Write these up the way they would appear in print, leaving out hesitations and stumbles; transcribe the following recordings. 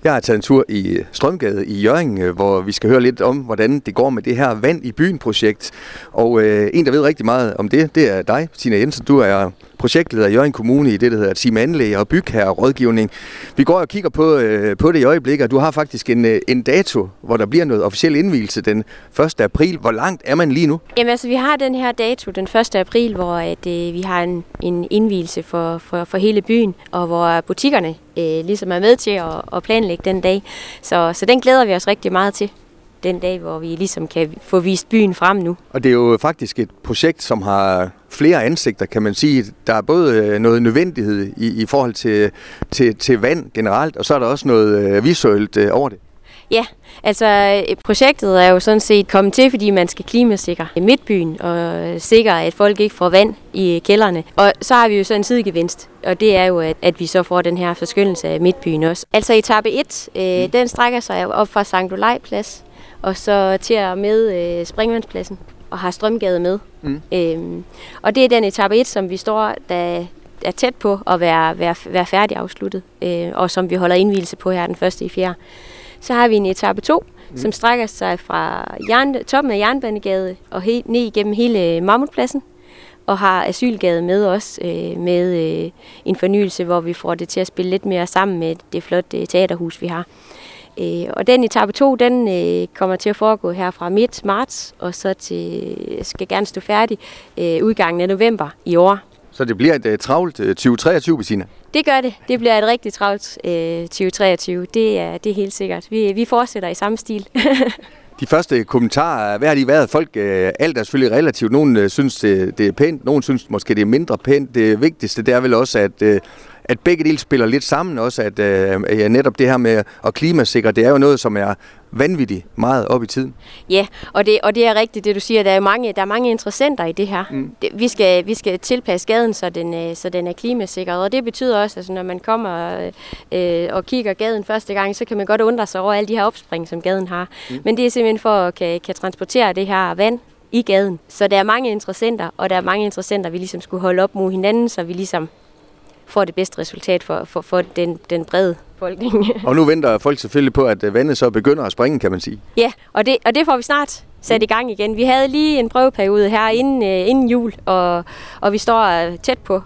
Jeg har taget en tur i Strømgade i Hjørring, hvor vi skal høre lidt om, hvordan det går med det her Vand i byen-projekt. Og en, der ved rigtig meget om det er dig, Tina Jensen. Du er projektleder i Hjørring Kommune i det, der hedder Team Anlæg og Bygherrerådgivning. Vi går og kigger på det i øjeblikket, og du har faktisk en dato, hvor der bliver noget officiel indvielse den 1. april. Hvor langt er man lige nu? Jamen altså, vi har den her dato den 1. april, hvor vi har en indvielse for hele byen, og hvor butikkerne ligesom er med til at planlægge den dag. Så den glæder vi os rigtig meget til. Den dag, hvor vi ligesom kan få vist byen frem nu. Og det er jo faktisk et projekt, som har flere ansigter, kan man sige. Der er både noget nødvendighed i forhold til vand generelt, og så er der også noget visuelt over det. Ja, altså projektet er jo sådan set kommet til, fordi man skal klimasikre midtbyen og sikre, at folk ikke får vand i kældrene. Og så har vi jo så en sidegevinst, og det er jo, at vi så får den her forskyndelse af midtbyen også. Altså etape 1, den strækker sig op fra Sankt Olaj Plads, og så til og med Springvandspladsen, og har Strømgade med. Og det er den etape 1, som vi står, der er tæt på at være færdig afsluttet, og som vi holder indvielse på her den 1. i 4. Så har vi en etape 2, som strækker sig fra toppen af Jernbanegade og ned igennem hele Mammutpladsen, og har Asylgade med os, med en fornyelse, hvor vi får det til at spille lidt mere sammen med det flotte teaterhus, vi har. Og den etape 2, den kommer til at foregå her fra midt marts, og så skal gerne stå færdig udgangen af november i år. Så det bliver et travlt 2023, Bettina? Det gør det. Det bliver et rigtig travlt 2023. Det er helt sikkert. Vi fortsætter i samme stil. De første kommentarer, hvad har de været? Folk, alt er selvfølgelig relativt. Nogle synes, det er pænt, nogle synes måske, det er mindre pænt. Det vigtigste, det er vel også, at begge dele spiller lidt sammen også, at netop det her med at klimasikre, det er jo noget, som er vanvittigt meget op i tiden. Ja, og det er rigtigt, det du siger. Der er mange interessenter i det her. Vi skal tilpasse gaden, så den er klimasikret, og det betyder også, at altså, når man kommer og kigger gaden første gang, så kan man godt undre sig over alle de her opspring, som gaden har. Men det er simpelthen for at kan transportere det her vand i gaden. Så der er mange interessenter, og der er mange interessenter, vi ligesom skulle holde op mod hinanden, så vi ligesom får det bedste resultat for den brede befolkning. Og nu venter folk selvfølgelig på, at vandet så begynder at springe, kan man sige. Ja, og det får vi snart sat i gang igen. Vi havde lige en prøveperiode her inden jul, og vi står tæt på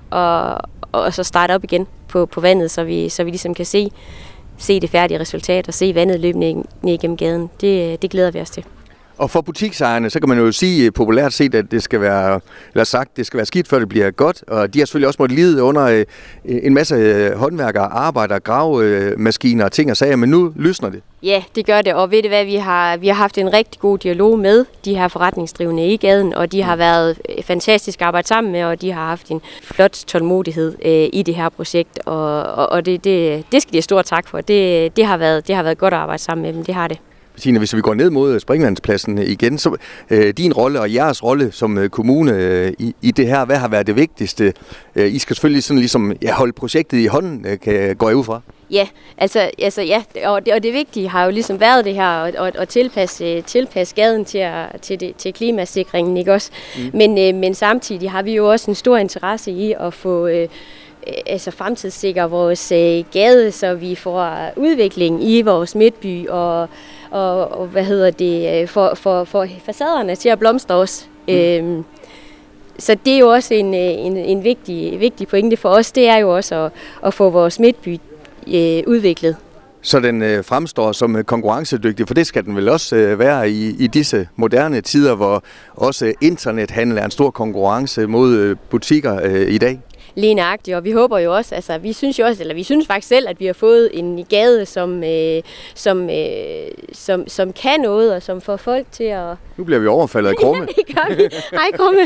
og så starte op igen på vandet, så vi ligesom kan se det færdige resultat og se vandet løbe ned igennem gaden. Det glæder vi os til. Og for butiksejerne, så kan man jo sige populært set, at det skal være skidt, før det bliver godt. Og de har selvfølgelig også måttet lide under en masse håndværkere, arbejdere, gravemaskiner og ting og sager, men nu lysner det. Ja, det gør det, og ved det hvad, vi har haft en rigtig god dialog med de her forretningsdrivende i gaden, og de har været fantastisk at arbejde sammen med, og de har haft en flot tålmodighed i det her projekt, og det skal de have stor tak for. Det har været godt at arbejde sammen med dem, det har det. Bettina, hvis vi går ned mod Springvandspladsen igen, så din rolle og jeres rolle som kommune i det her, hvad har været det vigtigste? I skal selvfølgelig sådan ligesom holde projektet i hånden, går jeg ud fra? Ja, altså ja, og det vigtige har jo ligesom været det her at tilpasse gaden til klimasikringen, ikke også? Men samtidig har vi jo også en stor interesse i at få fremtidssikre vores gade, så vi får udvikling i vores midtby og for facaderne til at blomstre også. Så det er jo også en vigtig pointe for os, det er jo også at få vores midtby udviklet. Så den fremstår som konkurrencedygtig, for det skal den vel også være i disse moderne tider, hvor også internethandel er en stor konkurrence mod butikker i dag? Lige nøjagtigt, og vi håber jo også, altså vi synes faktisk selv, at vi har fået en gade, som kan noget, og som får folk til at... Nu bliver vi overfaldet af Krumme. Ja, det gør vi. Hej Krumme.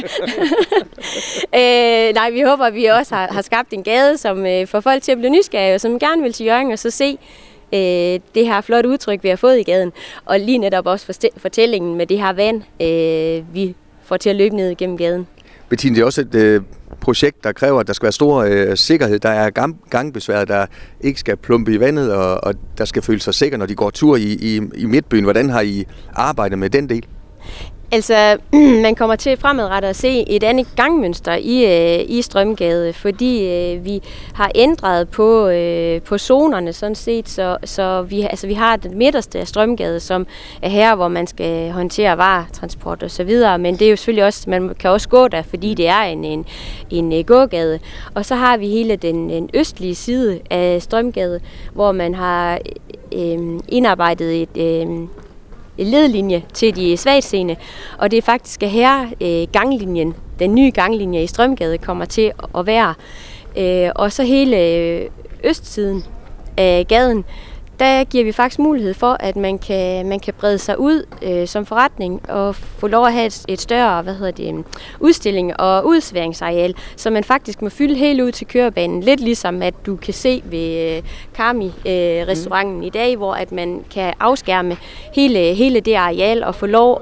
Nej, vi håber, at vi også har skabt en gade, som får folk til at blive nysgerrige, og som gerne vil til Hjørring og så se det her flotte udtryk, vi har fået i gaden. Og lige netop også fortællingen med det her vand, vi får til at løbe ned gennem gaden. Bettina, det er også et projekt, der kræver, at der skal være stor sikkerhed. Der er gangbesvær, der ikke skal plumpe i vandet, og der skal føle sig sikre, når de går tur i midtbyen. Hvordan har I arbejdet med den del? Altså, man kommer til fremadrettet at se et andet gangmønster i Strømgade, fordi vi har ændret på zonerne sådan set, så vi har den midterste af Strømgade, som er her, hvor man skal håndtere varetransport og så videre, men det er jo selvfølgelig også, man kan også gå der, fordi det er en gågade. Og så har vi hele den østlige side af Strømgade, hvor man har indarbejdet en ledlinje til de svagtseende, og det er faktisk her ganglinjen, den nye ganglinje i Strømgade kommer til at være. Og så hele østsiden af gaden, der giver vi faktisk mulighed for, at man kan brede sig ud som forretning og få lov at have et større udstilling og udserveringsareal, så man faktisk må fylde helt ud til kørebanen. Lidt ligesom at du kan se ved Karmi-restauranten i dag, hvor at man kan afskærme hele det areal og få lov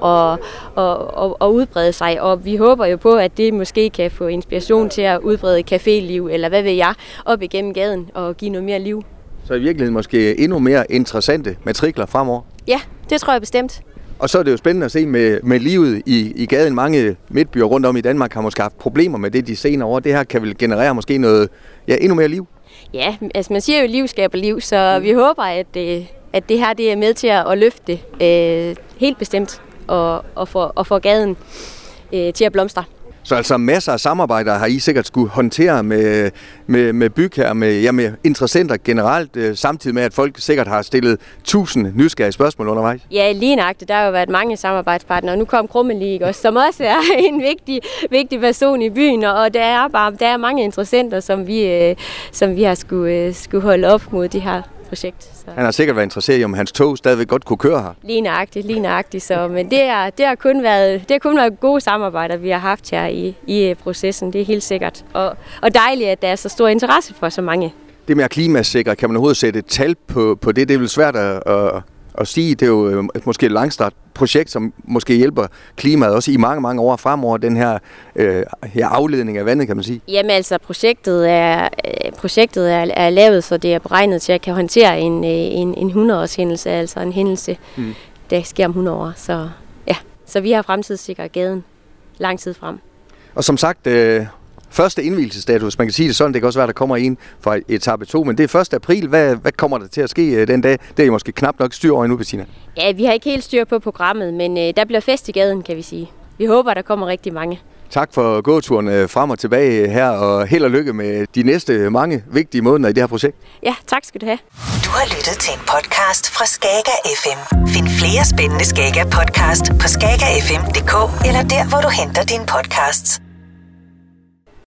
at udbrede sig. Og vi håber jo på, at det måske kan få inspiration til at udbrede caféliv, eller hvad ved jeg, op igennem gaden og give noget mere liv. Så i virkeligheden måske endnu mere interessante matrikler fremover? Ja, det tror jeg bestemt. Og så er det jo spændende at se med livet i gaden. Mange midtbyer rundt om i Danmark har måske haft problemer med det de senere år. Det her kan vel generere måske noget, endnu mere liv? Ja, altså man siger jo, liv skaber liv, så vi håber, at det her det er med til at løfte helt bestemt og få gaden til at blomstre. Så altså masser af samarbejder har I sikkert skulle håndtere med bygherrer, med interessenter generelt, samtidig med, at folk sikkert har stillet 1000 nysgerrige spørgsmål undervejs. Ja, lige nøjagtigt. Der har jo været mange samarbejdspartnere, og nu kom Krummelig også, som også er en vigtig person i byen, og der er mange interessenter, som vi har skulle holde op mod de her projekt. Så. Han har sikkert været interesseret i, om hans tog stadigvæk godt kunne køre her. Lige nøjagtigt. Så, men det har kun været gode samarbejder, vi har haft her i processen. Det er helt sikkert. Og dejligt, at der er så stor interesse for så mange. Det med at klimasikre, kan man overhovedet sætte et tal på det? Det er vel svært at sige. Det er jo måske et langstrakt projekt, som måske hjælper klimaet også i mange, mange år fremover, den her afledning af vandet, kan man sige. Jamen altså, projektet er lavet, så det er beregnet til at kan håndtere en 100-års hændelse, altså en hændelse, der sker om 100 år. Så vi har fremtidssikret gaden lang tid frem. Og som sagt, første indvielsesdato, man kan sige det sådan, det kan også være, der kommer en fra etape 2, men det er 1. april. Hvad kommer der til at ske den dag? Det er I måske knap nok styr over endnu, Bettina. Ja, vi har ikke helt styr på programmet, men der bliver fest i gaden, kan vi sige. Vi håber, der kommer rigtig mange. Tak for gåturen frem og tilbage her, og held og lykke med de næste mange vigtige måneder i det her projekt. Ja, tak skal du have. Du har lyttet til en podcast fra Skager FM. Find flere spændende Skager podcast på skagerfm.dk eller der, hvor du henter dine podcasts.